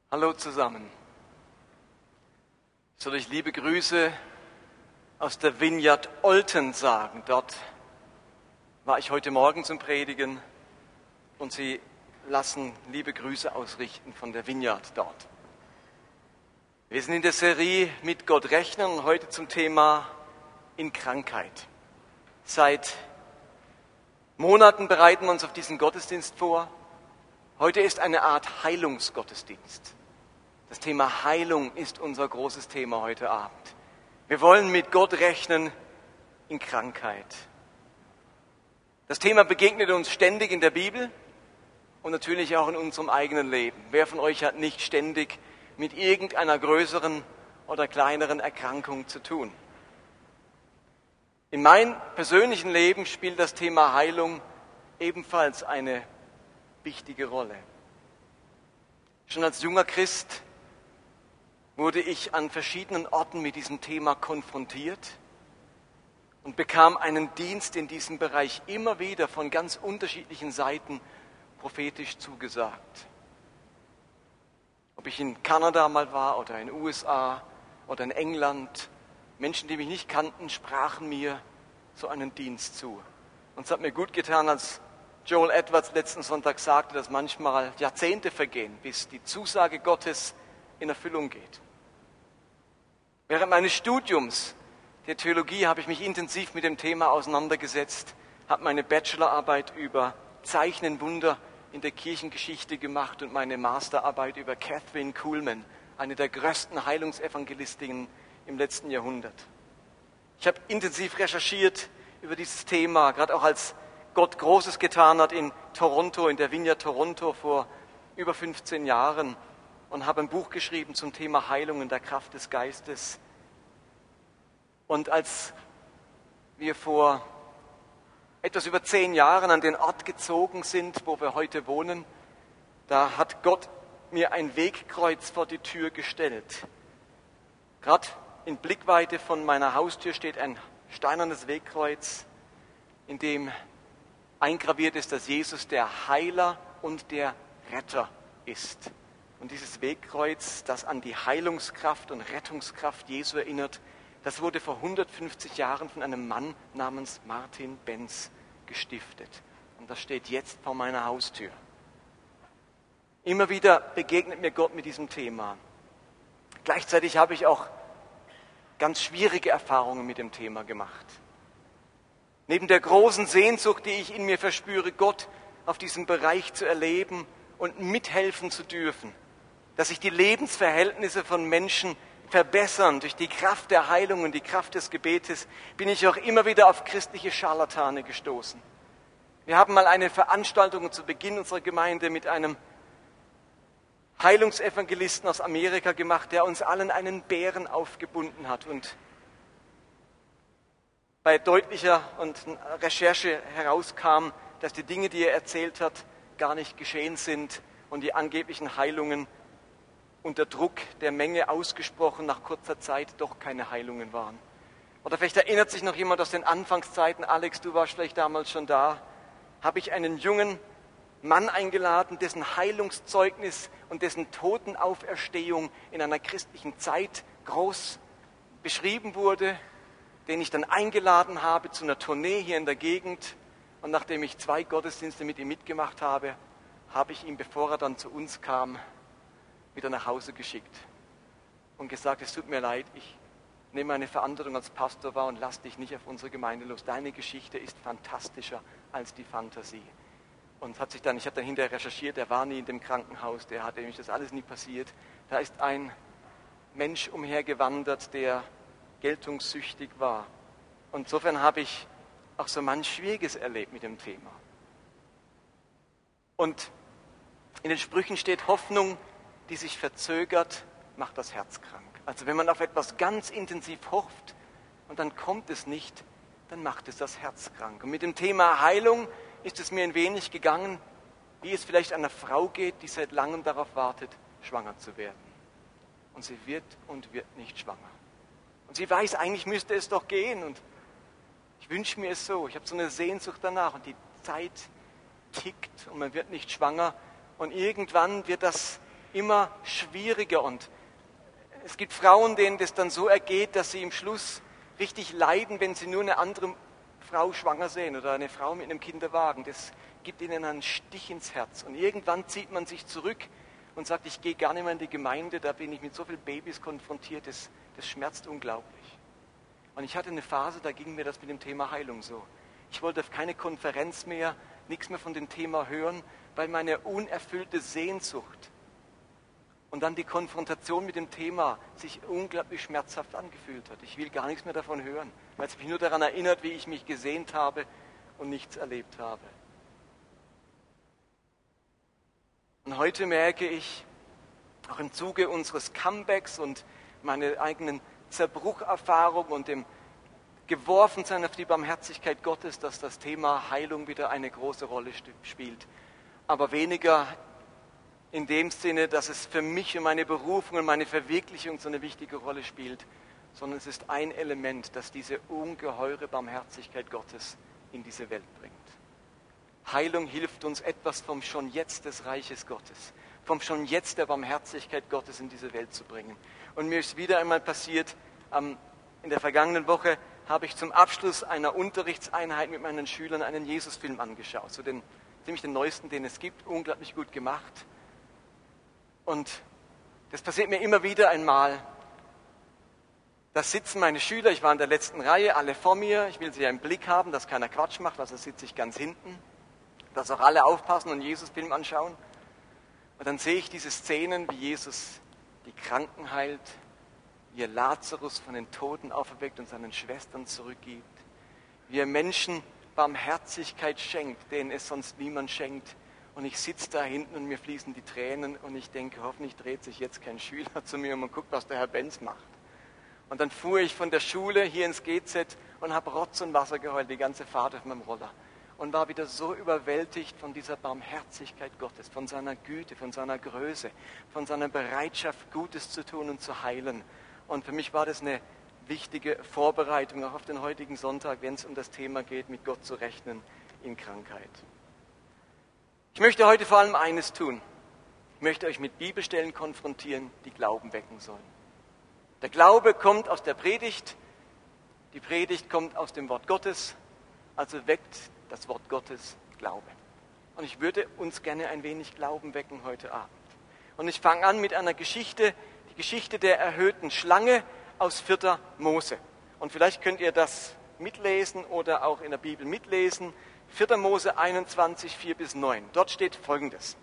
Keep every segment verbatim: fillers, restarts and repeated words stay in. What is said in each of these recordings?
Hallo zusammen. Ich soll euch liebe Grüße aus der Vineyard Olten sagen. Dort war ich heute Morgen zum Predigen und sie lassen liebe Grüße ausrichten von der Vineyard dort. Wir sind in der Serie Mit Gott rechnen und heute zum Thema in Krankheit. Seit Monaten bereiten wir uns auf diesen Gottesdienst vor. Heute ist eine Art Heilungsgottesdienst. Das Thema Heilung ist unser großes Thema heute Abend. Wir wollen mit Gott rechnen in Krankheit. Das Thema begegnet uns ständig in der Bibel und natürlich auch in unserem eigenen Leben. Wer von euch hat nicht ständig mit irgendeiner größeren oder kleineren Erkrankung zu tun? In meinem persönlichen Leben spielt das Thema Heilung ebenfalls eine wichtige Rolle. Schon als junger Christ wurde ich an verschiedenen Orten mit diesem Thema konfrontiert und bekam einen Dienst in diesem Bereich immer wieder von ganz unterschiedlichen Seiten prophetisch zugesagt. Ob ich in Kanada mal war oder in den U S A oder in England, Menschen, die mich nicht kannten, sprachen mir so einen Dienst zu. Und es hat mir gut getan, als Joel Edwards letzten Sonntag sagte, dass manchmal Jahrzehnte vergehen, bis die Zusage Gottes in Erfüllung geht. Während meines Studiums der Theologie habe ich mich intensiv mit dem Thema auseinandergesetzt, habe meine Bachelorarbeit über Zeichen, Wunder in der Kirchengeschichte gemacht und meine Masterarbeit über Catherine Kuhlman, eine der größten Heilungsevangelistinnen im letzten Jahrhundert. Ich habe intensiv recherchiert über dieses Thema, gerade auch als Gott Großes getan hat in Toronto, in der Vineyard Toronto vor über fünfzehn Jahren und habe ein Buch geschrieben zum Thema Heilung in der Kraft des Geistes. Und als wir vor etwas über zehn Jahren an den Ort gezogen sind, wo wir heute wohnen, da hat Gott mir ein Wegkreuz vor die Tür gestellt. Gerade in Blickweite von meiner Haustür steht ein steinernes Wegkreuz, in dem eingraviert ist, dass Jesus der Heiler und der Retter ist. Und dieses Wegkreuz, das an die Heilungskraft und Rettungskraft Jesu erinnert, das wurde vor hundertfünfzig Jahren von einem Mann namens Martin Benz gestiftet. Und das steht jetzt vor meiner Haustür. Immer wieder begegnet mir Gott mit diesem Thema. Gleichzeitig habe ich auch ganz schwierige Erfahrungen mit dem Thema gemacht. Neben der großen Sehnsucht, die ich in mir verspüre, Gott auf diesem Bereich zu erleben und mithelfen zu dürfen, dass sich die Lebensverhältnisse von Menschen verbessern durch die Kraft der Heilung und die Kraft des Gebetes, bin ich auch immer wieder auf christliche Scharlatane gestoßen. Wir haben mal eine Veranstaltung zu Beginn unserer Gemeinde mit einem Heilungsevangelisten aus Amerika gemacht, der uns allen einen Bären aufgebunden hat. Und bei deutlicher und Recherche herauskam, dass die Dinge, die er erzählt hat, gar nicht geschehen sind und die angeblichen Heilungen unter Druck der Menge ausgesprochen nach kurzer Zeit doch keine Heilungen waren. Oder vielleicht erinnert sich noch jemand aus den Anfangszeiten, Alex, du warst vielleicht damals schon da, habe ich einen jungen Mann eingeladen, dessen Heilungszeugnis und dessen Totenauferstehung in einer christlichen Zeit groß beschrieben wurde, den ich dann eingeladen habe zu einer Tournee hier in der Gegend. Und nachdem ich zwei Gottesdienste mit ihm mitgemacht habe, habe ich ihn, bevor er dann zu uns kam, wieder nach Hause geschickt und gesagt, es tut mir leid, ich nehme meine Verantwortung als Pastor wahr und lass dich nicht auf unsere Gemeinde los. Deine Geschichte ist fantastischer als die Fantasie. Und hat sich dann, ich habe dann hinterher recherchiert, er war nie in dem Krankenhaus, der hat nämlich das alles nie passiert. Da ist ein Mensch umhergewandert, der geltungssüchtig war. Und insofern habe ich auch so manch Schwieriges erlebt mit dem Thema. Und in den Sprüchen steht, Hoffnung, die sich verzögert, macht das Herz krank. Also wenn man auf etwas ganz intensiv hofft und dann kommt es nicht, dann macht es das Herz krank. Und mit dem Thema Heilung ist es mir ein wenig gegangen, wie es vielleicht einer Frau geht, die seit langem darauf wartet, schwanger zu werden. Und sie wird und wird nicht schwanger. Und sie weiß, eigentlich müsste es doch gehen. Und ich wünsche mir es so. Ich habe so eine Sehnsucht danach. Und die Zeit tickt und man wird nicht schwanger. Und irgendwann wird das immer schwieriger und es gibt Frauen, denen das dann so ergeht, dass sie im Schluss richtig leiden, wenn sie nur eine andere Frau schwanger sehen oder eine Frau mit einem Kinderwagen. Das gibt ihnen einen Stich ins Herz. Und irgendwann zieht man sich zurück und sagt, ich gehe gar nicht mehr in die Gemeinde, da bin ich mit so vielen Babys konfrontiert, das, das schmerzt unglaublich. Und ich hatte eine Phase, da ging mir das mit dem Thema Heilung so. Ich wollte auf keine Konferenz mehr, nichts mehr von dem Thema hören, weil meine unerfüllte Sehnsucht und dann die Konfrontation mit dem Thema sich unglaublich schmerzhaft angefühlt hat. Ich will gar nichts mehr davon hören, weil es mich nur daran erinnert, wie ich mich gesehnt habe und nichts erlebt habe. Und heute merke ich, auch im Zuge unseres Comebacks und meiner eigenen Zerbrucherfahrung und dem Geworfensein auf die Barmherzigkeit Gottes, dass das Thema Heilung wieder eine große Rolle spielt. Aber weniger in dem Sinne, dass es für mich und meine Berufung und meine Verwirklichung so eine wichtige Rolle spielt, sondern es ist ein Element, das diese ungeheure Barmherzigkeit Gottes in diese Welt bringt. Heilung hilft uns, etwas vom schon jetzt des Reiches Gottes, vom schon jetzt der Barmherzigkeit Gottes in diese Welt zu bringen. Und mir ist wieder einmal passiert, ähm, in der vergangenen Woche habe ich zum Abschluss einer Unterrichtseinheit mit meinen Schülern einen Jesusfilm angeschaut, so den ziemlich den neuesten, den es gibt, unglaublich gut gemacht. Und das passiert mir immer wieder einmal. Da sitzen meine Schüler, ich war in der letzten Reihe, alle vor mir, ich will sie ja im Blick haben, dass keiner Quatsch macht, also sitze ich ganz hinten, dass auch alle aufpassen und Jesus-Film anschauen. Und dann sehe ich diese Szenen, wie Jesus die Kranken heilt, wie er Lazarus von den Toten auferweckt und seinen Schwestern zurückgibt, wie er Menschen Barmherzigkeit schenkt, denen es sonst niemand schenkt. Und ich sitze da hinten und mir fließen die Tränen und ich denke, hoffentlich dreht sich jetzt kein Schüler zu mir und man guckt, was der Herr Benz macht. Und dann fuhr ich von der Schule hier ins G Z und habe Rotz und Wasser geheult, die ganze Fahrt auf meinem Roller. Und war wieder so überwältigt von dieser Barmherzigkeit Gottes, von seiner Güte, von seiner Größe, von seiner Bereitschaft, Gutes zu tun und zu heilen. Und für mich war das eine wichtige Vorbereitung, auch auf den heutigen Sonntag, wenn es um das Thema geht, mit Gott zu rechnen in Krankheit. Ich möchte heute vor allem eines tun. Ich möchte euch mit Bibelstellen konfrontieren, die Glauben wecken sollen. Der Glaube kommt aus der Predigt, die Predigt kommt aus dem Wort Gottes, also weckt das Wort Gottes Glaube. Und ich würde uns gerne ein wenig Glauben wecken heute Abend. Und ich fange an mit einer Geschichte, die Geschichte der erhöhten Schlange aus vierter Mose. Und vielleicht könnt ihr das mitlesen oder auch in der Bibel mitlesen. vierter Mose einundzwanzig, vier bis neun. Dort steht Folgendes.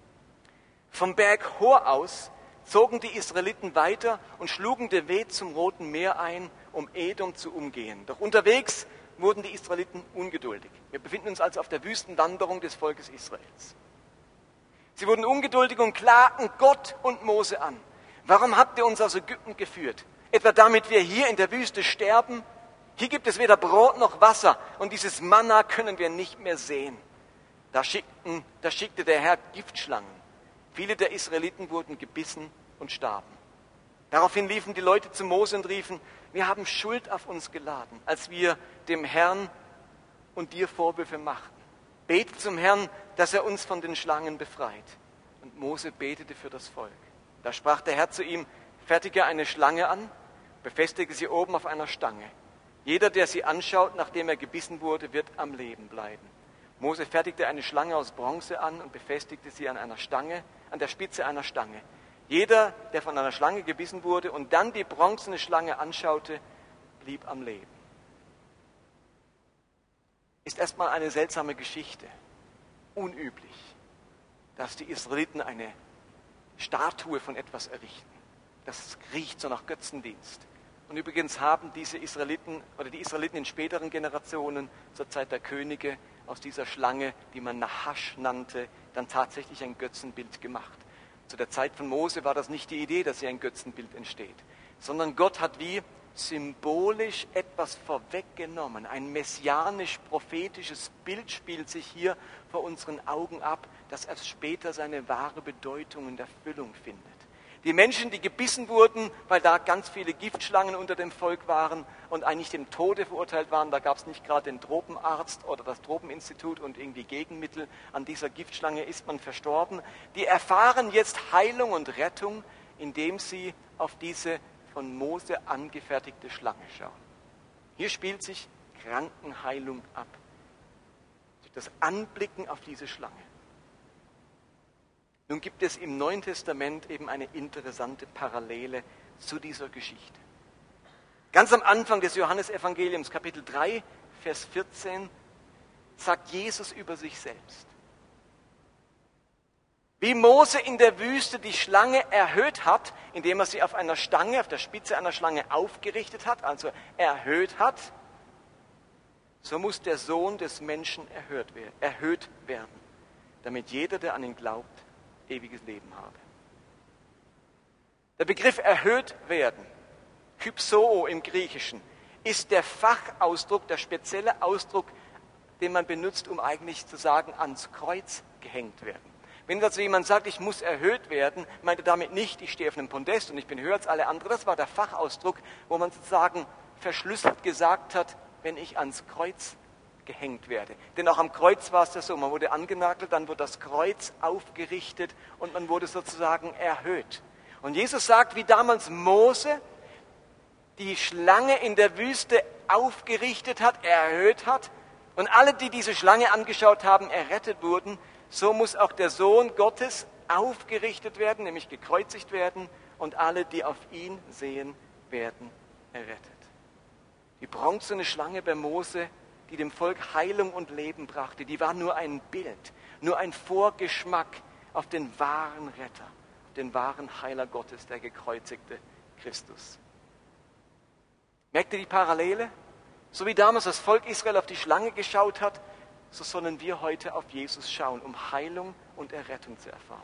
Vom Berg Hor aus zogen die Israeliten weiter und schlugen den Weg zum Roten Meer ein, um Edom zu umgehen. Doch unterwegs wurden die Israeliten ungeduldig. Wir befinden uns also auf der Wüstenwanderung des Volkes Israels. Sie wurden ungeduldig und klagten Gott und Mose an. Warum habt ihr uns aus Ägypten geführt? Etwa damit wir hier in der Wüste sterben? Hier gibt es weder Brot noch Wasser und dieses Manna können wir nicht mehr sehen. Da, schickten, da schickte der Herr Giftschlangen. Viele der Israeliten wurden gebissen und starben. Daraufhin liefen die Leute zu Mose und riefen, wir haben Schuld auf uns geladen, als wir dem Herrn und dir Vorwürfe machten. Bete zum Herrn, dass er uns von den Schlangen befreit. Und Mose betete für das Volk. Da sprach der Herr zu ihm, fertige eine Schlange an, befestige sie oben auf einer Stange. Jeder, der sie anschaut, nachdem er gebissen wurde, wird am Leben bleiben. Mose fertigte eine Schlange aus Bronze an und befestigte sie an einer Stange, an der Spitze einer Stange. Jeder, der von einer Schlange gebissen wurde und dann die bronzene Schlange anschaute, blieb am Leben. Ist erstmal eine seltsame Geschichte. Unüblich, dass die Israeliten eine Statue von etwas errichten. Das riecht so nach Götzendienst. Und übrigens haben diese Israeliten oder die Israeliten in späteren Generationen zur Zeit der Könige aus dieser Schlange, die man Nahasch nannte, dann tatsächlich ein Götzenbild gemacht. Zu der Zeit von Mose war das nicht die Idee, dass hier ein Götzenbild entsteht, sondern Gott hat wie symbolisch etwas vorweggenommen. Ein messianisch-prophetisches Bild spielt sich hier vor unseren Augen ab, das erst später seine wahre Bedeutung und Erfüllung findet. Die Menschen, die gebissen wurden, weil da ganz viele Giftschlangen unter dem Volk waren und eigentlich dem Tode verurteilt waren. Da gab es nicht gerade den Tropenarzt oder das Tropeninstitut und irgendwie Gegenmittel. An dieser Giftschlange ist man verstorben. Die erfahren jetzt Heilung und Rettung, indem sie auf diese von Mose angefertigte Schlange schauen. Hier spielt sich Krankenheilung ab. Durch das Anblicken auf diese Schlange. Nun gibt es im Neuen Testament eben eine interessante Parallele zu dieser Geschichte. Ganz am Anfang des Johannesevangeliums, Kapitel drei, Vers vierzehn, sagt Jesus über sich selbst. Wie Mose in der Wüste die Schlange erhöht hat, indem er sie auf einer Stange, auf der Spitze einer Schlange aufgerichtet hat, also erhöht hat, so muss der Sohn des Menschen erhöht werden, damit jeder, der an ihn glaubt, ewiges Leben habe. Der Begriff erhöht werden, Hypsoo im Griechischen, ist der Fachausdruck, der spezielle Ausdruck, den man benutzt, um eigentlich zu sagen, ans Kreuz gehängt werden. Wenn dazu jemand sagt, ich muss erhöht werden, meint er damit nicht, ich stehe auf einem Podest und ich bin höher als alle anderen. Das war der Fachausdruck, wo man sozusagen verschlüsselt gesagt hat, wenn ich ans Kreuz gehängt werde. Denn auch am Kreuz war es ja so, man wurde angenagelt, dann wurde das Kreuz aufgerichtet und man wurde sozusagen erhöht. Und Jesus sagt, wie damals Mose die Schlange in der Wüste aufgerichtet hat, erhöht hat und alle, die diese Schlange angeschaut haben, errettet wurden, so muss auch der Sohn Gottes aufgerichtet werden, nämlich gekreuzigt werden und alle, die auf ihn sehen, werden errettet. Die bronzene Schlange bei Mose, die dem Volk Heilung und Leben brachte, die war nur ein Bild, nur ein Vorgeschmack auf den wahren Retter, auf den wahren Heiler Gottes, der gekreuzigte Christus. Merkt ihr die Parallele? So wie damals das Volk Israel auf die Schlange geschaut hat, so sollen wir heute auf Jesus schauen, um Heilung und Errettung zu erfahren.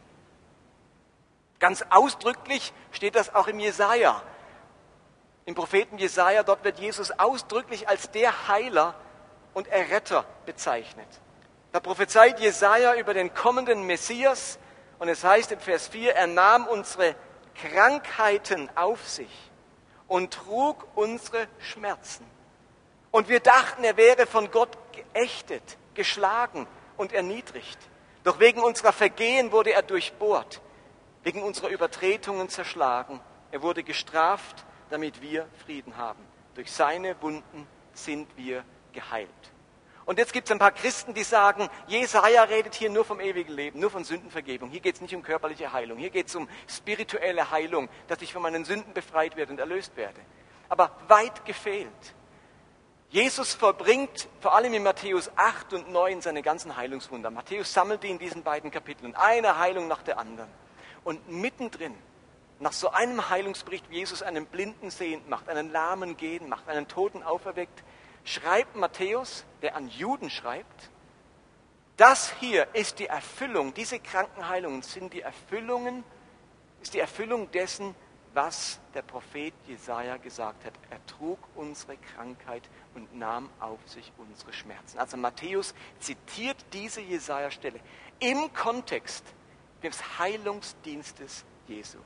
Ganz ausdrücklich steht das auch im Jesaja. Im Propheten Jesaja, dort wird Jesus ausdrücklich als der Heiler und Erretter bezeichnet. Da prophezeit Jesaja über den kommenden Messias und es heißt im Vers vier, er nahm unsere Krankheiten auf sich und trug unsere Schmerzen. Und wir dachten, er wäre von Gott geächtet, geschlagen und erniedrigt. Doch wegen unserer Vergehen wurde er durchbohrt, wegen unserer Übertretungen zerschlagen. Er wurde gestraft, damit wir Frieden haben. Durch seine Wunden sind wir geheilt. Und jetzt gibt es ein paar Christen, die sagen, Jesaja redet hier nur vom ewigen Leben, nur von Sündenvergebung. Hier geht es nicht um körperliche Heilung, hier geht es um spirituelle Heilung, dass ich von meinen Sünden befreit werde und erlöst werde. Aber weit gefehlt. Jesus vollbringt vor allem in Matthäus acht und neun seine ganzen Heilungswunder. Matthäus sammelt die in diesen beiden Kapiteln, eine Heilung nach der anderen. Und mittendrin, nach so einem Heilungsbericht, wie Jesus einen Blinden sehend macht, einen Lahmen gehen macht, einen Toten auferweckt, schreibt Matthäus, der an Juden schreibt, das hier ist die Erfüllung, diese Krankenheilungen sind die Erfüllungen, ist die Erfüllung dessen, was der Prophet Jesaja gesagt hat. Er trug unsere Krankheit und nahm auf sich unsere Schmerzen. Also Matthäus zitiert diese Jesaja-Stelle im Kontext des Heilungsdienstes Jesu.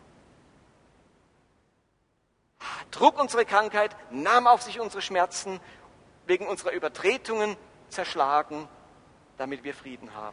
Trug unsere Krankheit, nahm auf sich unsere Schmerzen, wegen unserer Übertretungen zerschlagen, damit wir Frieden haben.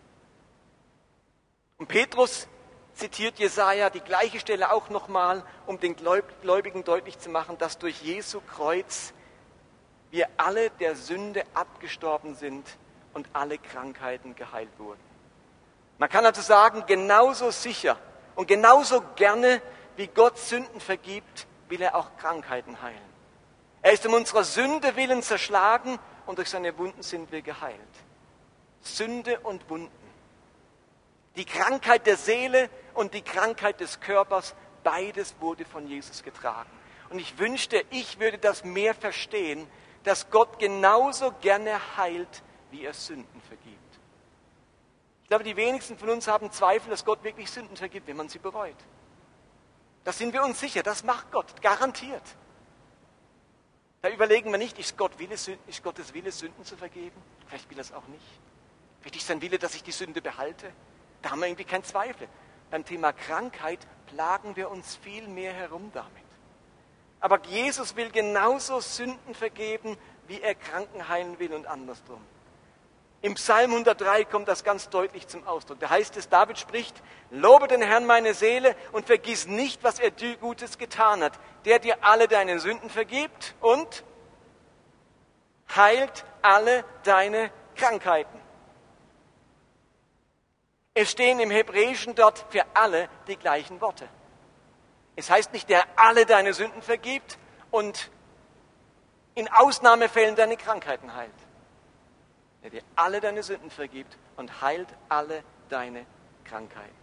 Und Petrus zitiert Jesaja die gleiche Stelle auch nochmal, um den Gläubigen deutlich zu machen, dass durch Jesu Kreuz wir alle der Sünde abgestorben sind und alle Krankheiten geheilt wurden. Man kann also sagen, genauso sicher und genauso gerne, wie Gott Sünden vergibt, will er auch Krankheiten heilen. Er ist um unserer Sünde willen zerschlagen und durch seine Wunden sind wir geheilt. Sünde und Wunden. Die Krankheit der Seele und die Krankheit des Körpers, beides wurde von Jesus getragen. Und ich wünschte, ich würde das mehr verstehen, dass Gott genauso gerne heilt, wie er Sünden vergibt. Ich glaube, die wenigsten von uns haben Zweifel, dass Gott wirklich Sünden vergibt, wenn man sie bereut. Da sind wir uns sicher, das macht Gott, garantiert. Da überlegen wir nicht, ist, Gott Wille, ist Gottes Wille, Sünden zu vergeben? Vielleicht will er es auch nicht. Vielleicht ist sein Wille, dass ich die Sünde behalte. Da haben wir irgendwie keinen Zweifel. Beim Thema Krankheit plagen wir uns viel mehr herum damit. Aber Jesus will genauso Sünden vergeben, wie er Kranken heilen will und andersrum. Im Psalm hundertdrei kommt das ganz deutlich zum Ausdruck. Da heißt es, David spricht, lobe den Herrn meine Seele und vergiss nicht, was er dir Gutes getan hat, der dir alle deine Sünden vergibt und heilt alle deine Krankheiten. Es stehen im Hebräischen dort für alle die gleichen Worte. Es heißt nicht, der alle deine Sünden vergibt und in Ausnahmefällen deine Krankheiten heilt. Der dir alle deine Sünden vergibt und heilt alle deine Krankheiten.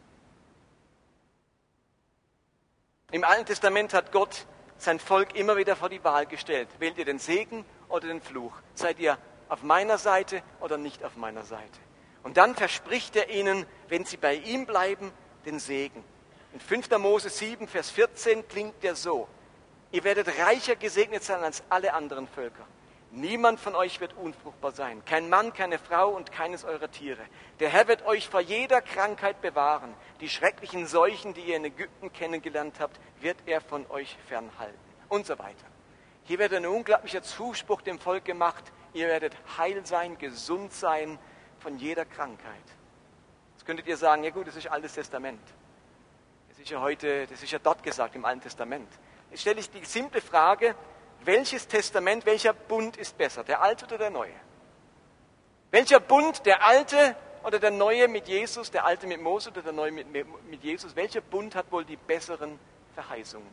Im Alten Testament hat Gott sein Volk immer wieder vor die Wahl gestellt. Wählt ihr den Segen oder den Fluch? Seid ihr auf meiner Seite oder nicht auf meiner Seite? Und dann verspricht er ihnen, wenn sie bei ihm bleiben, den Segen. In fünfter Mose sieben, Vers vierzehn klingt der so: Ihr werdet reicher gesegnet sein als alle anderen Völker. Niemand von euch wird unfruchtbar sein. Kein Mann, keine Frau und keines eurer Tiere. Der Herr wird euch vor jeder Krankheit bewahren. Die schrecklichen Seuchen, die ihr in Ägypten kennengelernt habt, wird er von euch fernhalten. Und so weiter. Hier wird ein unglaublicher Zuspruch dem Volk gemacht. Ihr werdet heil sein, gesund sein von jeder Krankheit. Jetzt könntet ihr sagen, ja gut, das ist Altes Testament. Das ist ja heute, das ist ja dort gesagt im Alten Testament. Jetzt stelle ich die simple Frage, welches Testament, welcher Bund ist besser, der alte oder der neue? Welcher Bund, der alte oder der neue mit Jesus, der alte mit Mose oder der neue mit, mit Jesus, welcher Bund hat wohl die besseren Verheißungen?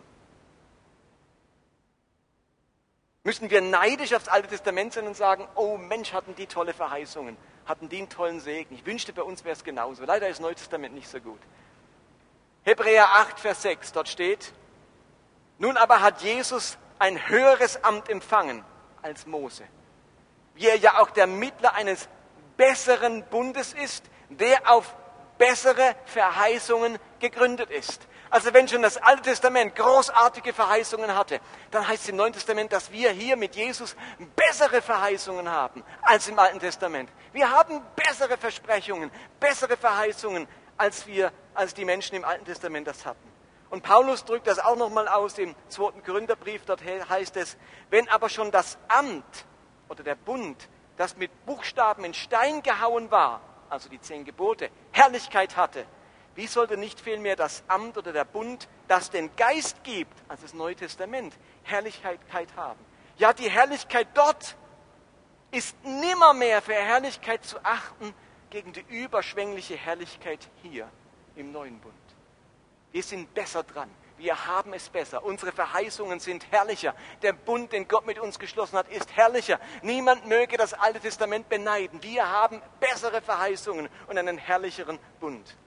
Müssen wir neidisch aufs Alte Testament sein und sagen, oh Mensch, hatten die tolle Verheißungen, hatten die einen tollen Segen. Ich wünschte, bei uns wäre es genauso. Leider ist das Neue Testament nicht so gut. Hebräer acht, Vers sechs, dort steht, nun aber hat Jesus ein höheres Amt empfangen als Mose, wie er ja auch der Mittler eines besseren Bundes ist, der auf bessere Verheißungen gegründet ist. Also wenn schon das Alte Testament großartige Verheißungen hatte, dann heißt es im Neuen Testament, dass wir hier mit Jesus bessere Verheißungen haben als im Alten Testament. Wir haben bessere Versprechungen, bessere Verheißungen, als wir, als die Menschen im Alten Testament das hatten. Und Paulus drückt das auch nochmal aus im zweiten Korintherbrief, dort heißt es, wenn aber schon das Amt oder der Bund, das mit Buchstaben in Stein gehauen war, also die zehn Gebote, Herrlichkeit hatte, wie sollte nicht vielmehr das Amt oder der Bund, das den Geist gibt, also das Neue Testament, Herrlichkeit haben? Ja, die Herrlichkeit dort ist nimmermehr für Herrlichkeit zu achten gegen die überschwängliche Herrlichkeit hier im Neuen Bund. Wir sind besser dran. Wir haben es besser. Unsere Verheißungen sind herrlicher. Der Bund, den Gott mit uns geschlossen hat, ist herrlicher. Niemand möge das Alte Testament beneiden. Wir haben bessere Verheißungen und einen herrlicheren Bund.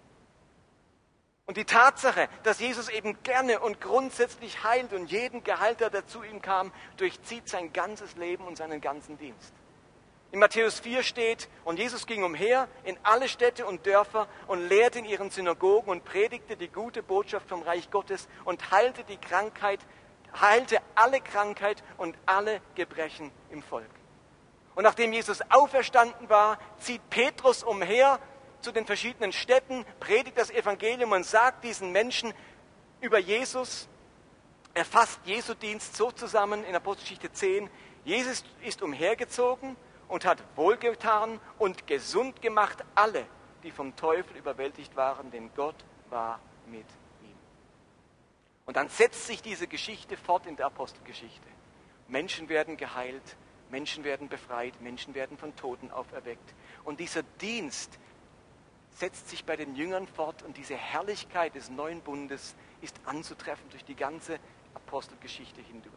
Und die Tatsache, dass Jesus eben gerne und grundsätzlich heilt und jeden geheilt hat, der zu ihm kam, durchzieht sein ganzes Leben und seinen ganzen Dienst. In Matthäus vier steht, und Jesus ging umher in alle Städte und Dörfer und lehrte in ihren Synagogen und predigte die gute Botschaft vom Reich Gottes und heilte die Krankheit, heilte alle Krankheit und alle Gebrechen im Volk. Und nachdem Jesus auferstanden war, zieht Petrus umher zu den verschiedenen Städten, predigt das Evangelium und sagt diesen Menschen über Jesus, er fasst Jesu Dienst so zusammen in Apostelgeschichte zehn, Jesus ist umhergezogen und hat wohlgetan und gesund gemacht alle, die vom Teufel überwältigt waren, denn Gott war mit ihm. Und dann setzt sich diese Geschichte fort in der Apostelgeschichte. Menschen werden geheilt, Menschen werden befreit, Menschen werden von Toten auferweckt. Und dieser Dienst setzt sich bei den Jüngern fort und diese Herrlichkeit des neuen Bundes ist anzutreffen durch die ganze Apostelgeschichte hindurch.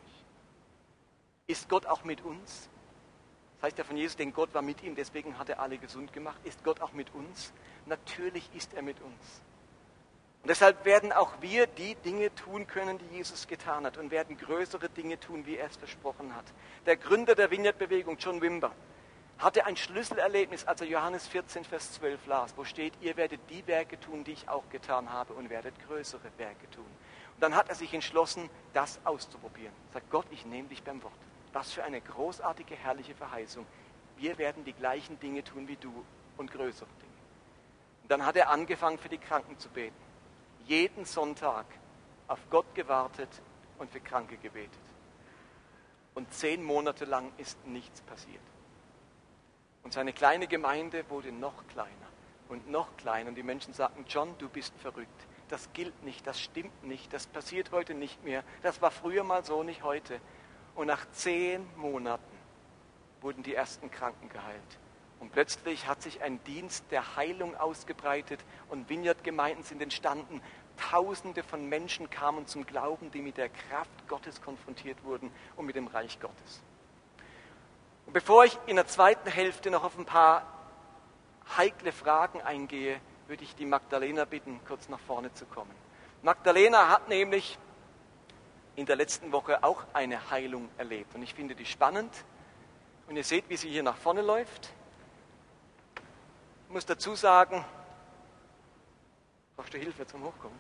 Ist Gott auch mit uns? Das heißt ja von Jesus, denn Gott war mit ihm, deswegen hat er alle gesund gemacht. Ist Gott auch mit uns? Natürlich ist er mit uns. Und deshalb werden auch wir die Dinge tun können, die Jesus getan hat und werden größere Dinge tun, wie er es versprochen hat. Der Gründer der Vineyard-Bewegung, John Wimber, hatte ein Schlüsselerlebnis, als er Johannes vierzehn, Vers zwölf las, wo steht, ihr werdet die Werke tun, die ich auch getan habe und werdet größere Werke tun. Und dann hat er sich entschlossen, das auszuprobieren. Er sagt, Gott, ich nehme dich beim Wort. Was für eine großartige, herrliche Verheißung. Wir werden die gleichen Dinge tun wie du und größere Dinge. Und dann hat er angefangen, für die Kranken zu beten. jeden Sonntag auf Gott gewartet und für Kranke gebetet. Und zehn Monate lang ist nichts passiert. Und seine kleine Gemeinde wurde noch kleiner und noch kleiner. Und die Menschen sagten, John, du bist verrückt. Das gilt nicht, das stimmt nicht, das passiert heute nicht mehr. Das war früher mal so, nicht heute. Und nach zehn Monaten wurden die ersten Kranken geheilt. Und plötzlich hat sich ein Dienst der Heilung ausgebreitet und Vineyard-Gemeinden sind entstanden. Tausende von Menschen kamen zum Glauben, die mit der Kraft Gottes konfrontiert wurden und mit dem Reich Gottes. Und bevor ich in der zweiten Hälfte noch auf ein paar heikle Fragen eingehe, würde ich die Magdalena bitten, kurz nach vorne zu kommen. Magdalena hat nämlich in der letzten Woche auch eine Heilung erlebt. Und ich finde die spannend. Und ihr seht, wie sie hier nach vorne läuft. Ich muss dazu sagen, brauchst du Hilfe zum Hochkommen?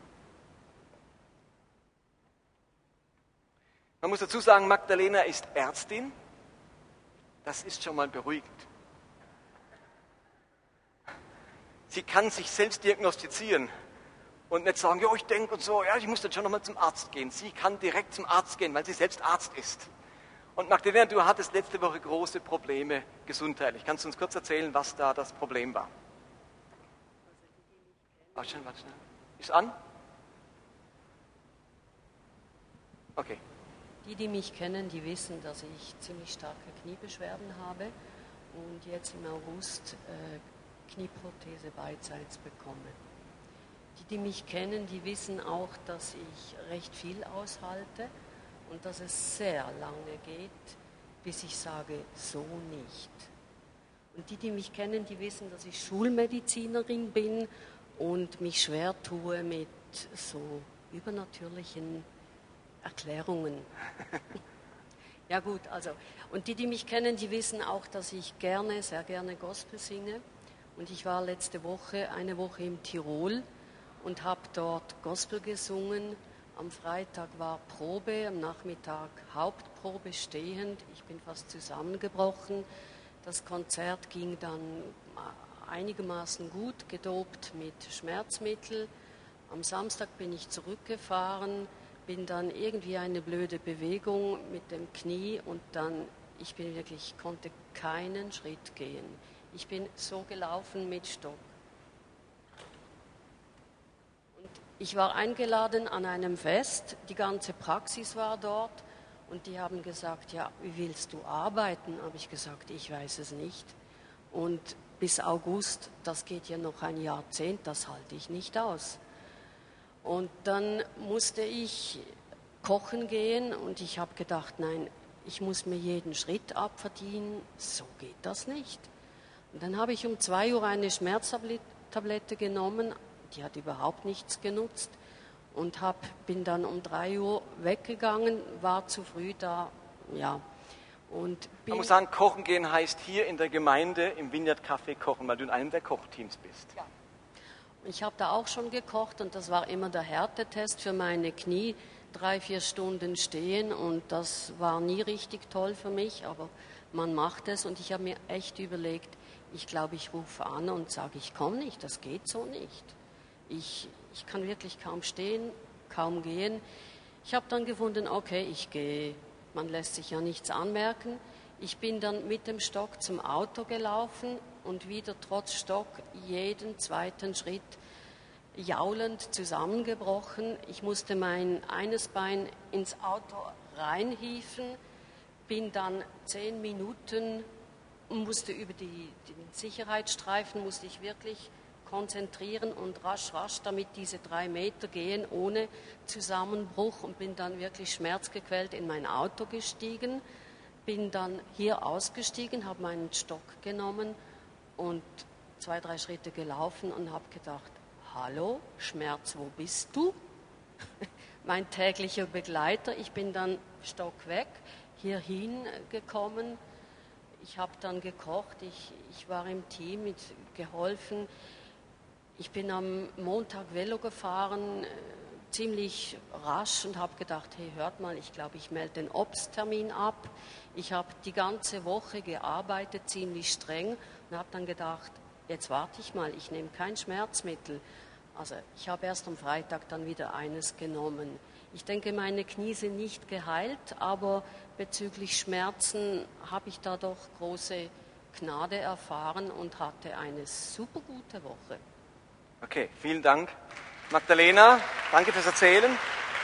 Man muss dazu sagen, Magdalena ist Ärztin. Das ist schon mal beruhigend. Sie kann sich selbst diagnostizieren und nicht sagen, ja, ich denke und so, ja, ich muss dann schon nochmal zum Arzt gehen. Sie kann direkt zum Arzt gehen, weil sie selbst Arzt ist. Und Magdalena, du hattest letzte Woche große Probleme gesundheitlich. Kannst du uns kurz erzählen, was da das Problem war? Warte schnell, warte schnell. Ist an? Okay. Die, die mich kennen, die wissen, dass ich ziemlich starke Kniebeschwerden habe und jetzt im August äh, Knieprothese beidseits bekomme. Die, die mich kennen, die wissen auch, dass ich recht viel aushalte und dass es sehr lange geht, bis ich sage, so nicht. Und die, die mich kennen, die wissen, dass ich Schulmedizinerin bin und mich schwer tue mit so übernatürlichen Erklärungen. Ja gut, also, und die, die mich kennen, die wissen auch, dass ich gerne, sehr gerne Gospel singe. Und ich war letzte Woche, eine Woche im Tirol und habe dort Gospel gesungen. Am Freitag war Probe, am Nachmittag Hauptprobe stehend. Ich bin fast zusammengebrochen. Das Konzert ging dann einigermaßen gut, gedopt mit Schmerzmittel. Am Samstag bin ich zurückgefahren, bin dann irgendwie eine blöde Bewegung mit dem Knie und dann, ich bin wirklich, konnte keinen Schritt gehen. Ich bin so gelaufen mit Stock. Und ich war eingeladen an einem Fest, die ganze Praxis war dort und die haben gesagt, ja, wie willst du arbeiten? Habe ich gesagt, ich weiß es nicht. Und bis August, das geht ja noch ein Jahrzehnt, das halte ich nicht aus. Und dann musste ich kochen gehen und ich habe gedacht, nein, ich muss mir jeden Schritt abverdienen, so geht das nicht. Und dann habe ich um zwei Uhr eine Schmerztablette genommen, die hat überhaupt nichts genutzt und hab, bin dann um drei Uhr weggegangen, war zu früh da, ja. Und bin Man muss sagen, kochen gehen heißt hier in der Gemeinde im Vineyard Café kochen, weil du in einem der Kochteams bist. Ja. Ich habe da auch schon gekocht und das war immer der Härtetest für meine Knie, drei, vier Stunden stehen und das war nie richtig toll für mich, aber man macht es und ich habe mir echt überlegt, ich glaube, ich rufe an und sage, ich komme nicht, das geht so nicht. Ich, ich kann wirklich kaum stehen, kaum gehen. Ich habe dann gefunden, okay, ich gehe, man lässt sich ja nichts anmerken. Ich bin dann mit dem Stock zum Auto gelaufen und wieder trotz Stock jeden zweiten Schritt jaulend zusammengebrochen. Ich musste mein eines Bein ins Auto reinhieven, bin dann zehn Minuten, musste über die, den Sicherheitsstreifen, musste ich wirklich konzentrieren und rasch, rasch, damit diese drei Meter gehen ohne Zusammenbruch und bin dann wirklich schmerzgequält in mein Auto gestiegen, bin dann hier ausgestiegen, habe meinen Stock genommen und zwei, drei Schritte gelaufen und habe gedacht, hallo, Schmerz, wo bist du? Mein täglicher Begleiter, ich bin dann Stock weg, hierhin gekommen. Ich habe dann gekocht, ich, ich war im Team, mit geholfen. Ich bin am Montag Velo gefahren, äh, ziemlich rasch und habe gedacht, hey, hört mal, ich glaube, ich melde den Obsttermin ab. Ich habe die ganze Woche gearbeitet, ziemlich streng und habe dann gedacht, jetzt warte ich mal, ich nehme kein Schmerzmittel. Also ich habe erst am Freitag dann wieder eines genommen. Ich denke, meine Knie sind nicht geheilt, aber bezüglich Schmerzen habe ich da doch große Gnade erfahren und hatte eine super gute Woche. Okay, vielen Dank. Magdalena, danke fürs Erzählen.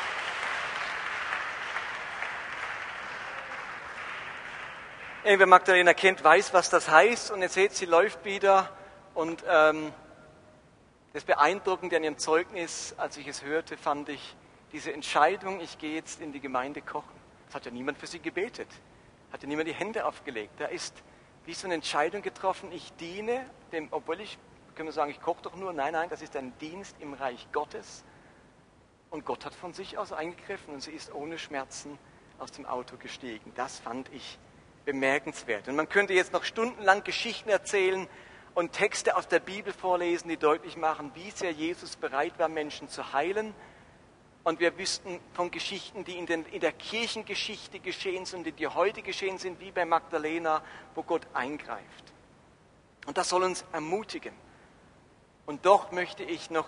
Wer Magdalena kennt, weiß, was das heißt. Und ihr seht, sie läuft wieder. Und ähm, das Beeindruckende an ihrem Zeugnis, als ich es hörte, fand ich diese Entscheidung, ich gehe jetzt in die Gemeinde kochen. Das hat ja niemand für sie gebetet. Hat ja niemand die Hände aufgelegt. Da ist wie so eine Entscheidung getroffen, ich diene dem, obwohl ich, können wir sagen, ich koche doch nur. Nein, nein, das ist ein Dienst im Reich Gottes. Und Gott hat von sich aus eingegriffen und sie ist ohne Schmerzen aus dem Auto gestiegen. Das fand ich bemerkenswert. Und man könnte jetzt noch stundenlang Geschichten erzählen und Texte aus der Bibel vorlesen, die deutlich machen, wie sehr Jesus bereit war, Menschen zu heilen. Und wir wüssten von Geschichten, die in, den, in der Kirchengeschichte geschehen sind, die, die heute geschehen sind, wie bei Magdalena, wo Gott eingreift. Und das soll uns ermutigen. Und doch möchte ich noch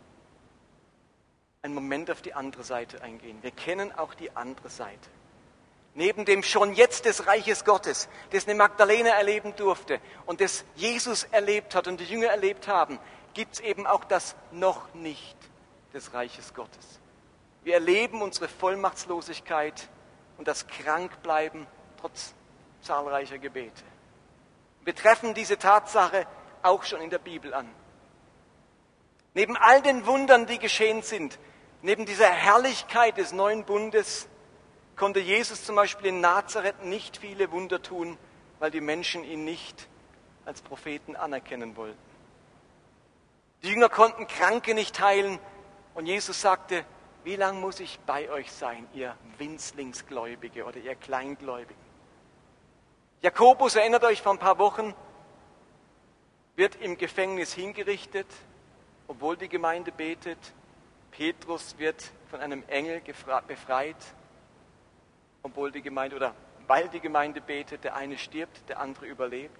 einen Moment auf die andere Seite eingehen. Wir kennen auch die andere Seite. Neben dem schon jetzt des Reiches Gottes, das eine Magdalena erleben durfte und das Jesus erlebt hat und die Jünger erlebt haben, gibt es eben auch das noch nicht des Reiches Gottes. Wir erleben unsere Vollmachtslosigkeit und das Krankbleiben trotz zahlreicher Gebete. Wir treffen diese Tatsache auch schon in der Bibel an. Neben all den Wundern, die geschehen sind, neben dieser Herrlichkeit des neuen Bundes, konnte Jesus zum Beispiel in Nazareth nicht viele Wunder tun, weil die Menschen ihn nicht als Propheten anerkennen wollten. Die Jünger konnten Kranke nicht heilen und Jesus sagte, wie lange muss ich bei euch sein, ihr Winzlingsgläubige oder ihr Kleingläubigen? Jakobus, erinnert euch, vor ein paar Wochen, wird im Gefängnis hingerichtet, obwohl die Gemeinde betet. Petrus wird von einem Engel befreit, obwohl die Gemeinde oder weil die Gemeinde betet, der eine stirbt, der andere überlebt.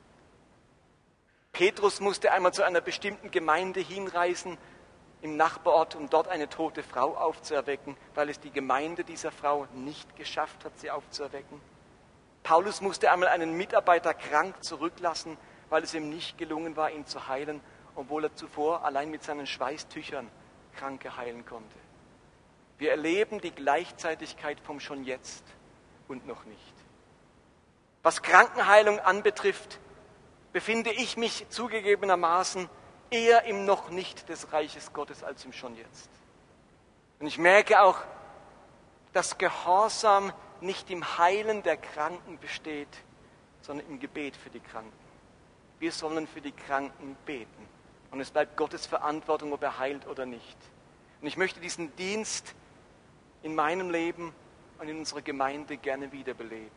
Petrus musste einmal zu einer bestimmten Gemeinde hinreisen im Nachbarort, um dort eine tote Frau aufzuerwecken, weil es die Gemeinde dieser Frau nicht geschafft hat, sie aufzuerwecken. Paulus musste einmal einen Mitarbeiter krank zurücklassen, weil es ihm nicht gelungen war, ihn zu heilen, obwohl er zuvor allein mit seinen Schweißtüchern Kranke heilen konnte. Wir erleben die Gleichzeitigkeit vom schon jetzt und noch nicht. Was Krankenheilung anbetrifft, befinde ich mich zugegebenermaßen eher im noch nicht des Reiches Gottes als im schon jetzt. Und ich merke auch, dass Gehorsam nicht im Heilen der Kranken besteht, sondern im Gebet für die Kranken. Wir sollen für die Kranken beten. Und es bleibt Gottes Verantwortung, ob er heilt oder nicht. Und ich möchte diesen Dienst in meinem Leben und in unserer Gemeinde gerne wiederbeleben.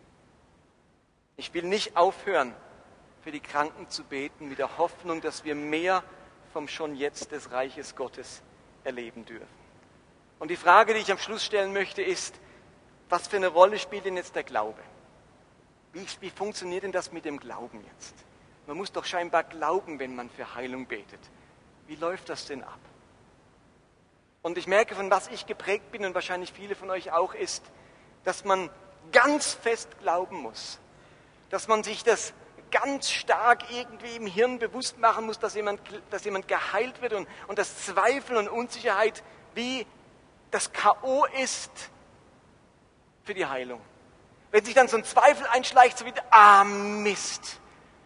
Ich will nicht aufhören, für die Kranken zu beten, mit der Hoffnung, dass wir mehr vom schon jetzt des Reiches Gottes erleben dürfen. Und die Frage, die ich am Schluss stellen möchte, ist, was für eine Rolle spielt denn jetzt der Glaube? Wie, wie funktioniert denn das mit dem Glauben jetzt? Man muss doch scheinbar glauben, wenn man für Heilung betet. Wie läuft das denn ab? Und ich merke, von was ich geprägt bin und wahrscheinlich viele von euch auch, ist, dass man ganz fest glauben muss. Dass man sich das ganz stark irgendwie im Hirn bewusst machen muss, dass jemand, dass jemand geheilt wird und, und dass Zweifel und Unsicherheit wie das K O ist für die Heilung. Wenn sich dann so ein Zweifel einschleicht, so wie, ah Mist,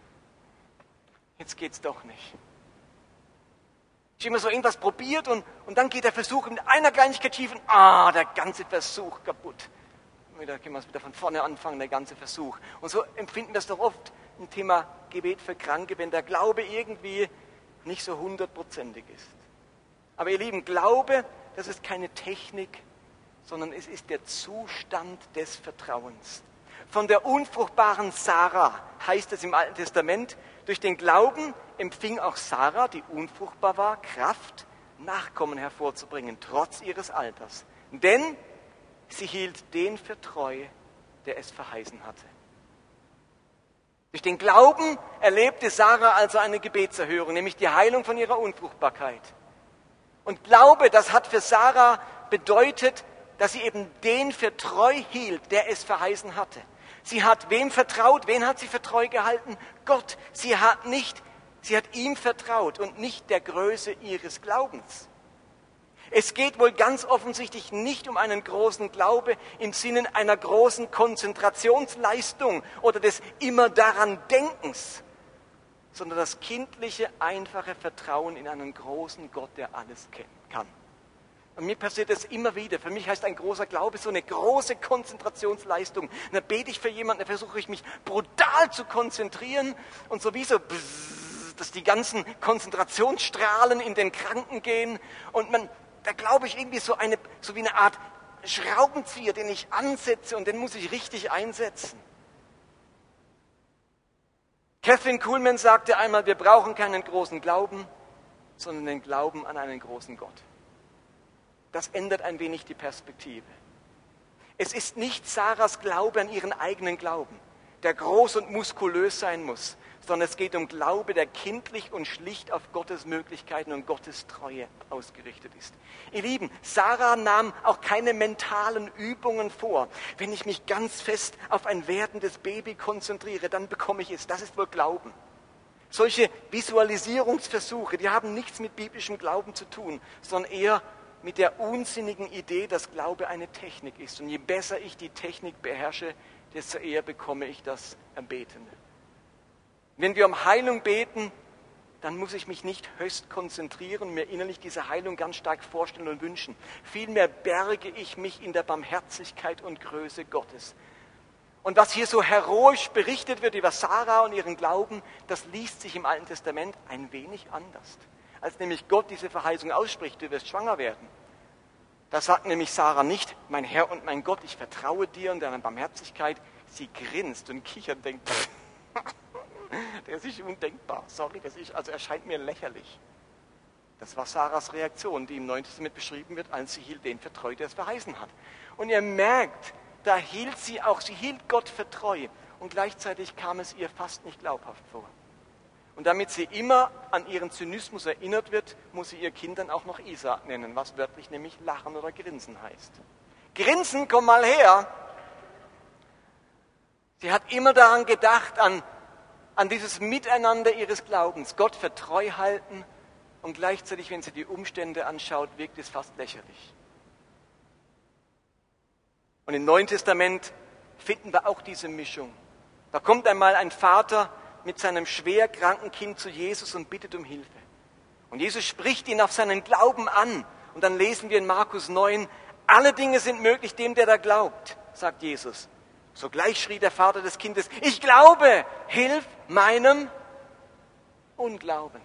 jetzt geht's doch nicht. Ich habe immer so irgendwas probiert und, und dann geht der Versuch mit einer Kleinigkeit schief und ah, der ganze Versuch kaputt. Da können wir es wieder von vorne anfangen, der ganze Versuch. Und so empfinden wir es doch oft im Thema Gebet für Kranke, wenn der Glaube irgendwie nicht so hundertprozentig ist. Aber ihr Lieben, Glaube, das ist keine Technik, sondern es ist der Zustand des Vertrauens. Von der unfruchtbaren Sarah heißt es im Alten Testament, durch den Glauben empfing auch Sarah, die unfruchtbar war, Kraft, Nachkommen hervorzubringen, trotz ihres Alters. Denn sie hielt den für treu, der es verheißen hatte. Durch den Glauben erlebte Sarah also eine Gebetserhörung, nämlich die Heilung von ihrer Unfruchtbarkeit. Und Glaube, das hat für Sarah bedeutet, dass sie eben den für treu hielt, der es verheißen hatte. Sie hat wem vertraut? Wen hat sie für treu gehalten? Gott. Sie hat nicht, sie hat ihm vertraut und nicht der Größe ihres Glaubens. Es geht wohl ganz offensichtlich nicht um einen großen Glaube im Sinne einer großen Konzentrationsleistung oder des immer daran Denkens, sondern das kindliche, einfache Vertrauen in einen großen Gott, der alles kennen kann. Und mir passiert das immer wieder. Für mich heißt ein großer Glaube so eine große Konzentrationsleistung. Und dann bete ich für jemanden, da versuche ich mich brutal zu konzentrieren und sowieso, dass die ganzen Konzentrationsstrahlen in den Kranken gehen. Und man, da glaube ich irgendwie so, eine, so wie eine Art Schraubenzieher, den ich ansetze und den muss ich richtig einsetzen. Catherine Kuhlman sagte einmal, wir brauchen keinen großen Glauben, sondern den Glauben an einen großen Gott. Das ändert ein wenig die Perspektive. Es ist nicht Sarahs Glaube an ihren eigenen Glauben, der groß und muskulös sein muss, sondern es geht um Glaube, der kindlich und schlicht auf Gottes Möglichkeiten und Gottes Treue ausgerichtet ist. Ihr Lieben, Sarah nahm auch keine mentalen Übungen vor. Wenn ich mich ganz fest auf ein werdendes Baby konzentriere, dann bekomme ich es. Das ist wohl Glauben. Solche Visualisierungsversuche, die haben nichts mit biblischem Glauben zu tun, sondern eher mit der unsinnigen Idee, dass Glaube eine Technik ist. Und je besser ich die Technik beherrsche, desto eher bekomme ich das Erbetene. Wenn wir um Heilung beten, dann muss ich mich nicht höchst konzentrieren, mir innerlich diese Heilung ganz stark vorstellen und wünschen. Vielmehr berge ich mich in der Barmherzigkeit und Größe Gottes. Und was hier so heroisch berichtet wird über Sarah und ihren Glauben, das liest sich im Alten Testament ein wenig anders. Als nämlich Gott diese Verheißung ausspricht, du wirst schwanger werden. Da sagt nämlich Sarah nicht, mein Herr und mein Gott, ich vertraue dir und deiner Barmherzigkeit. Sie grinst und kichert und denkt, das ist undenkbar, sorry, das ist, also erscheint mir lächerlich. Das war Sarahs Reaktion, die im Neuen Testament beschrieben wird, als sie hielt den für treu, der es verheißen hat. Und ihr merkt, da hielt sie auch, sie hielt Gott für treu und gleichzeitig kam es ihr fast nicht glaubhaft vor. Und damit sie immer an ihren Zynismus erinnert wird, muss sie ihr Kind dann auch noch Isaak nennen, was wörtlich nämlich lachen oder grinsen heißt. Grinsen, komm mal her! Sie hat immer daran gedacht, an, an dieses Miteinander ihres Glaubens, Gott für treu halten und gleichzeitig, wenn sie die Umstände anschaut, wirkt es fast lächerlich. Und im Neuen Testament finden wir auch diese Mischung. Da kommt einmal ein Vater mit seinem schwer kranken Kind zu Jesus und bittet um Hilfe. Und Jesus spricht ihn auf seinen Glauben an. Und dann lesen wir in Markus neun, alle Dinge sind möglich dem, der da glaubt, sagt Jesus. Sogleich schrie der Vater des Kindes, ich glaube, hilf meinem Unglauben.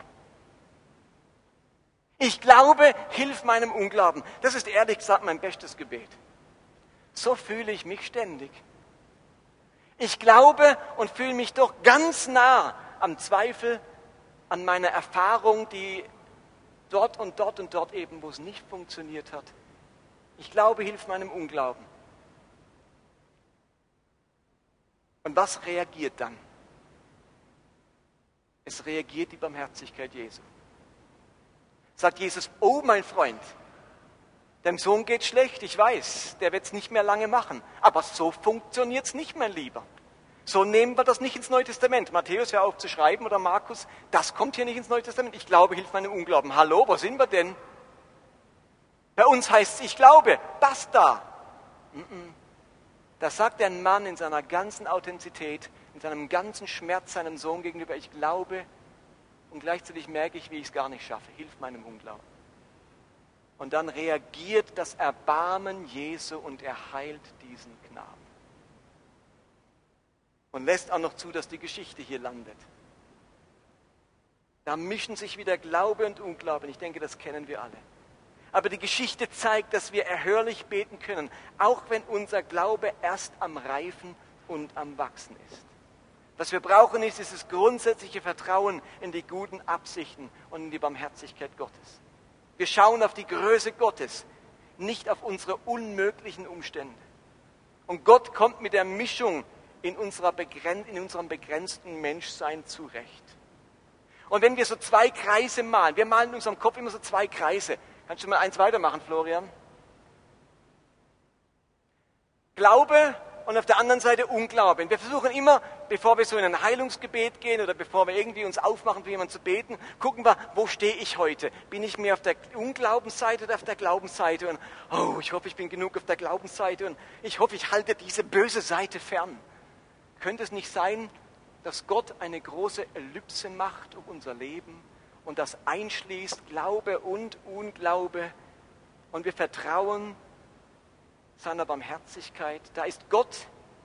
Ich glaube, hilf meinem Unglauben. Das ist ehrlich gesagt mein bestes Gebet. So fühle ich mich ständig. Ich glaube und fühle mich doch ganz nah am Zweifel, an meiner Erfahrung, die dort und dort und dort eben, wo es nicht funktioniert hat. Ich glaube, hilf meinem Unglauben. Und was reagiert dann? Es reagiert die Barmherzigkeit Jesu. Sagt Jesus, oh mein Freund, deinem Sohn geht schlecht, ich weiß, der wird es nicht mehr lange machen. Aber so funktioniert es nicht, mein Lieber. So nehmen wir das nicht ins Neue Testament. Matthäus, hör auf zu schreiben, oder Markus, das kommt hier nicht ins Neue Testament. Ich glaube, hilf meinem Unglauben. Hallo, wo sind wir denn? Bei uns heißt es, ich glaube, basta. Da sagt ein Mann in seiner ganzen Authentizität, in seinem ganzen Schmerz seinem Sohn gegenüber, ich glaube, und gleichzeitig merke ich, wie ich es gar nicht schaffe. Hilf meinem Unglauben. Und dann reagiert das Erbarmen Jesu und er heilt diesen Knaben. Und lässt auch noch zu, dass die Geschichte hier landet. Da mischen sich wieder Glaube und Unglaube. Ich denke, das kennen wir alle. Aber die Geschichte zeigt, dass wir erhörlich beten können, auch wenn unser Glaube erst am Reifen und am Wachsen ist. Was wir brauchen, ist dieses grundsätzliche Vertrauen in die guten Absichten und in die Barmherzigkeit Gottes. Wir schauen auf die Größe Gottes, nicht auf unsere unmöglichen Umstände. Und Gott kommt mit der Mischung in, unserer begren- in unserem begrenzten Menschsein zurecht. Und wenn wir so zwei Kreise malen, wir malen in unserem Kopf immer so zwei Kreise, Kannst du mal eins weitermachen, Florian? Glaube und auf der anderen Seite Unglauben. Wir versuchen immer, bevor wir so in ein Heilungsgebet gehen oder bevor wir irgendwie uns aufmachen, für jemanden zu beten, gucken wir, wo stehe ich heute? Bin ich mehr auf der Unglaubensseite oder auf der Glaubensseite? Und oh, ich hoffe, ich bin genug auf der Glaubensseite und ich hoffe, ich halte diese böse Seite fern. Könnte es nicht sein, dass Gott eine große Ellipse macht um unser Leben und das einschließt Glaube und Unglaube und wir vertrauen seiner Barmherzigkeit. Da ist Gott,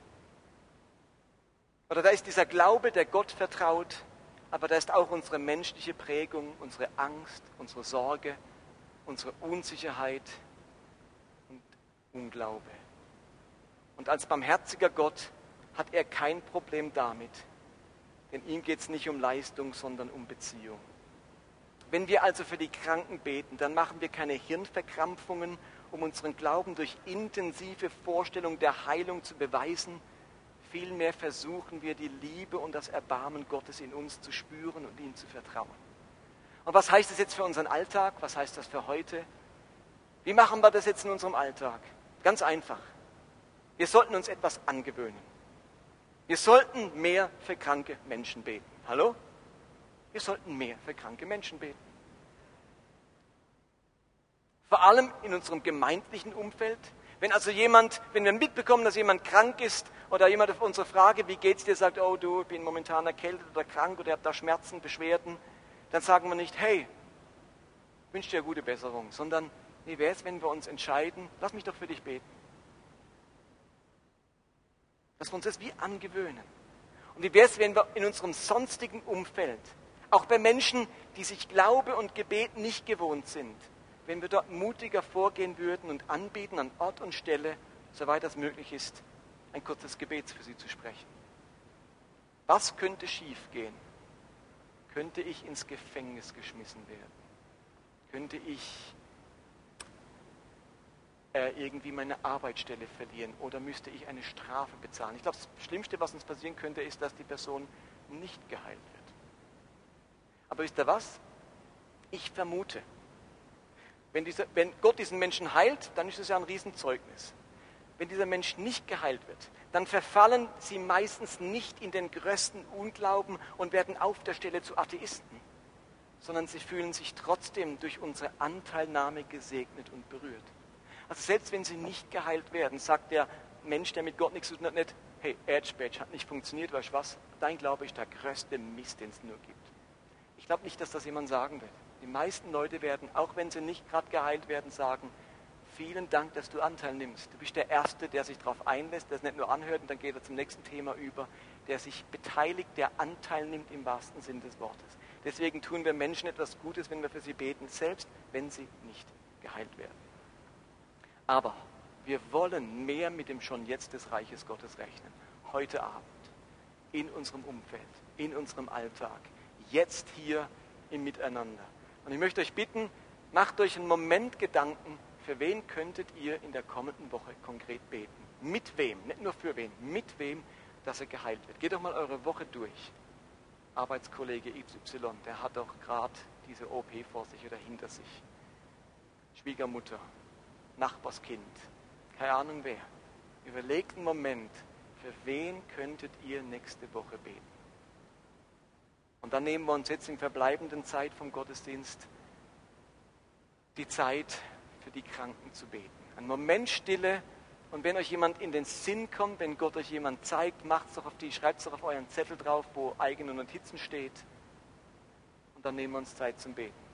oder da ist dieser Glaube, der Gott vertraut, aber da ist auch unsere menschliche Prägung, unsere Angst, unsere Sorge, unsere Unsicherheit und Unglaube. Und als barmherziger Gott hat er kein Problem damit, denn ihm geht es nicht um Leistung, sondern um Beziehung. Wenn wir also für die Kranken beten, dann machen wir keine Hirnverkrampfungen, um unseren Glauben durch intensive Vorstellung der Heilung zu beweisen. Vielmehr versuchen wir, die Liebe und das Erbarmen Gottes in uns zu spüren und ihm zu vertrauen. Und was heißt das jetzt für unseren Alltag? Was heißt das für heute? Wie machen wir das jetzt in unserem Alltag? Ganz einfach. Wir sollten uns etwas angewöhnen. Wir sollten mehr für kranke Menschen beten. Hallo? Wir sollten mehr für kranke Menschen beten. Vor allem in unserem gemeindlichen Umfeld. Wenn also jemand, wenn wir mitbekommen, dass jemand krank ist oder jemand auf unsere Frage, wie geht's dir, sagt, oh du, ich bin momentan erkältet oder krank oder ich habe da Schmerzen, Beschwerden, dann sagen wir nicht, hey, ich wünsche dir gute Besserung, sondern wie wäre es, wenn wir uns entscheiden, lass mich doch für dich beten. Dass wir uns das wie angewöhnen. Und wie wäre es, wenn wir in unserem sonstigen Umfeld, auch bei Menschen, die sich Glaube und Gebet nicht gewohnt sind, wenn wir dort mutiger vorgehen würden und anbieten an Ort und Stelle, soweit das möglich ist, ein kurzes Gebet für sie zu sprechen. Was könnte schiefgehen? Könnte ich ins Gefängnis geschmissen werden? Könnte ich äh, irgendwie meine Arbeitsstelle verlieren oder müsste ich eine Strafe bezahlen? Ich glaube, das Schlimmste, was uns passieren könnte, ist, dass die Person nicht geheilt wird. Aber wisst ihr was? Ich vermute, Wenn, dieser, wenn Gott diesen Menschen heilt, dann ist es ja ein Riesenzeugnis. Wenn dieser Mensch nicht geheilt wird, dann verfallen sie meistens nicht in den größten Unglauben und werden auf der Stelle zu Atheisten, sondern sie fühlen sich trotzdem durch unsere Anteilnahme gesegnet und berührt. Also selbst wenn sie nicht geheilt werden, sagt der Mensch, der mit Gott nichts zu tun hat, nicht, hey, Edge-Badge hat nicht funktioniert, weißt du was? Dein Glaube ist der größte Mist, den es nur gibt. Ich glaube nicht, dass das jemand sagen wird. Die meisten Leute werden, auch wenn sie nicht gerade geheilt werden, sagen, vielen Dank, dass du Anteil nimmst. Du bist der Erste, der sich darauf einlässt, der es nicht nur anhört und dann geht er zum nächsten Thema über, der sich beteiligt, der Anteil nimmt im wahrsten Sinn des Wortes. Deswegen tun wir Menschen etwas Gutes, wenn wir für sie beten, selbst wenn sie nicht geheilt werden. Aber wir wollen mehr mit dem Schon Jetzt des Reiches Gottes rechnen. Heute Abend, in unserem Umfeld, in unserem Alltag, jetzt hier im Miteinander. Und ich möchte euch bitten, macht euch einen Moment Gedanken, für wen könntet ihr in der kommenden Woche konkret beten? Mit wem? Nicht nur für wen, mit wem, dass er geheilt wird. Geht doch mal eure Woche durch. Arbeitskollege X Y, der hat doch gerade diese O P vor sich oder hinter sich. Schwiegermutter, Nachbarskind, keine Ahnung wer. Überlegt einen Moment, für wen könntet ihr nächste Woche beten? Und dann nehmen wir uns jetzt in verbleibenden Zeit vom Gottesdienst die Zeit, für die Kranken zu beten. Ein Moment Stille und wenn euch jemand in den Sinn kommt, wenn Gott euch jemand zeigt, macht's doch auf die, schreibt es doch auf euren Zettel drauf, wo eigene Notizen steht. Und dann nehmen wir uns Zeit zum Beten.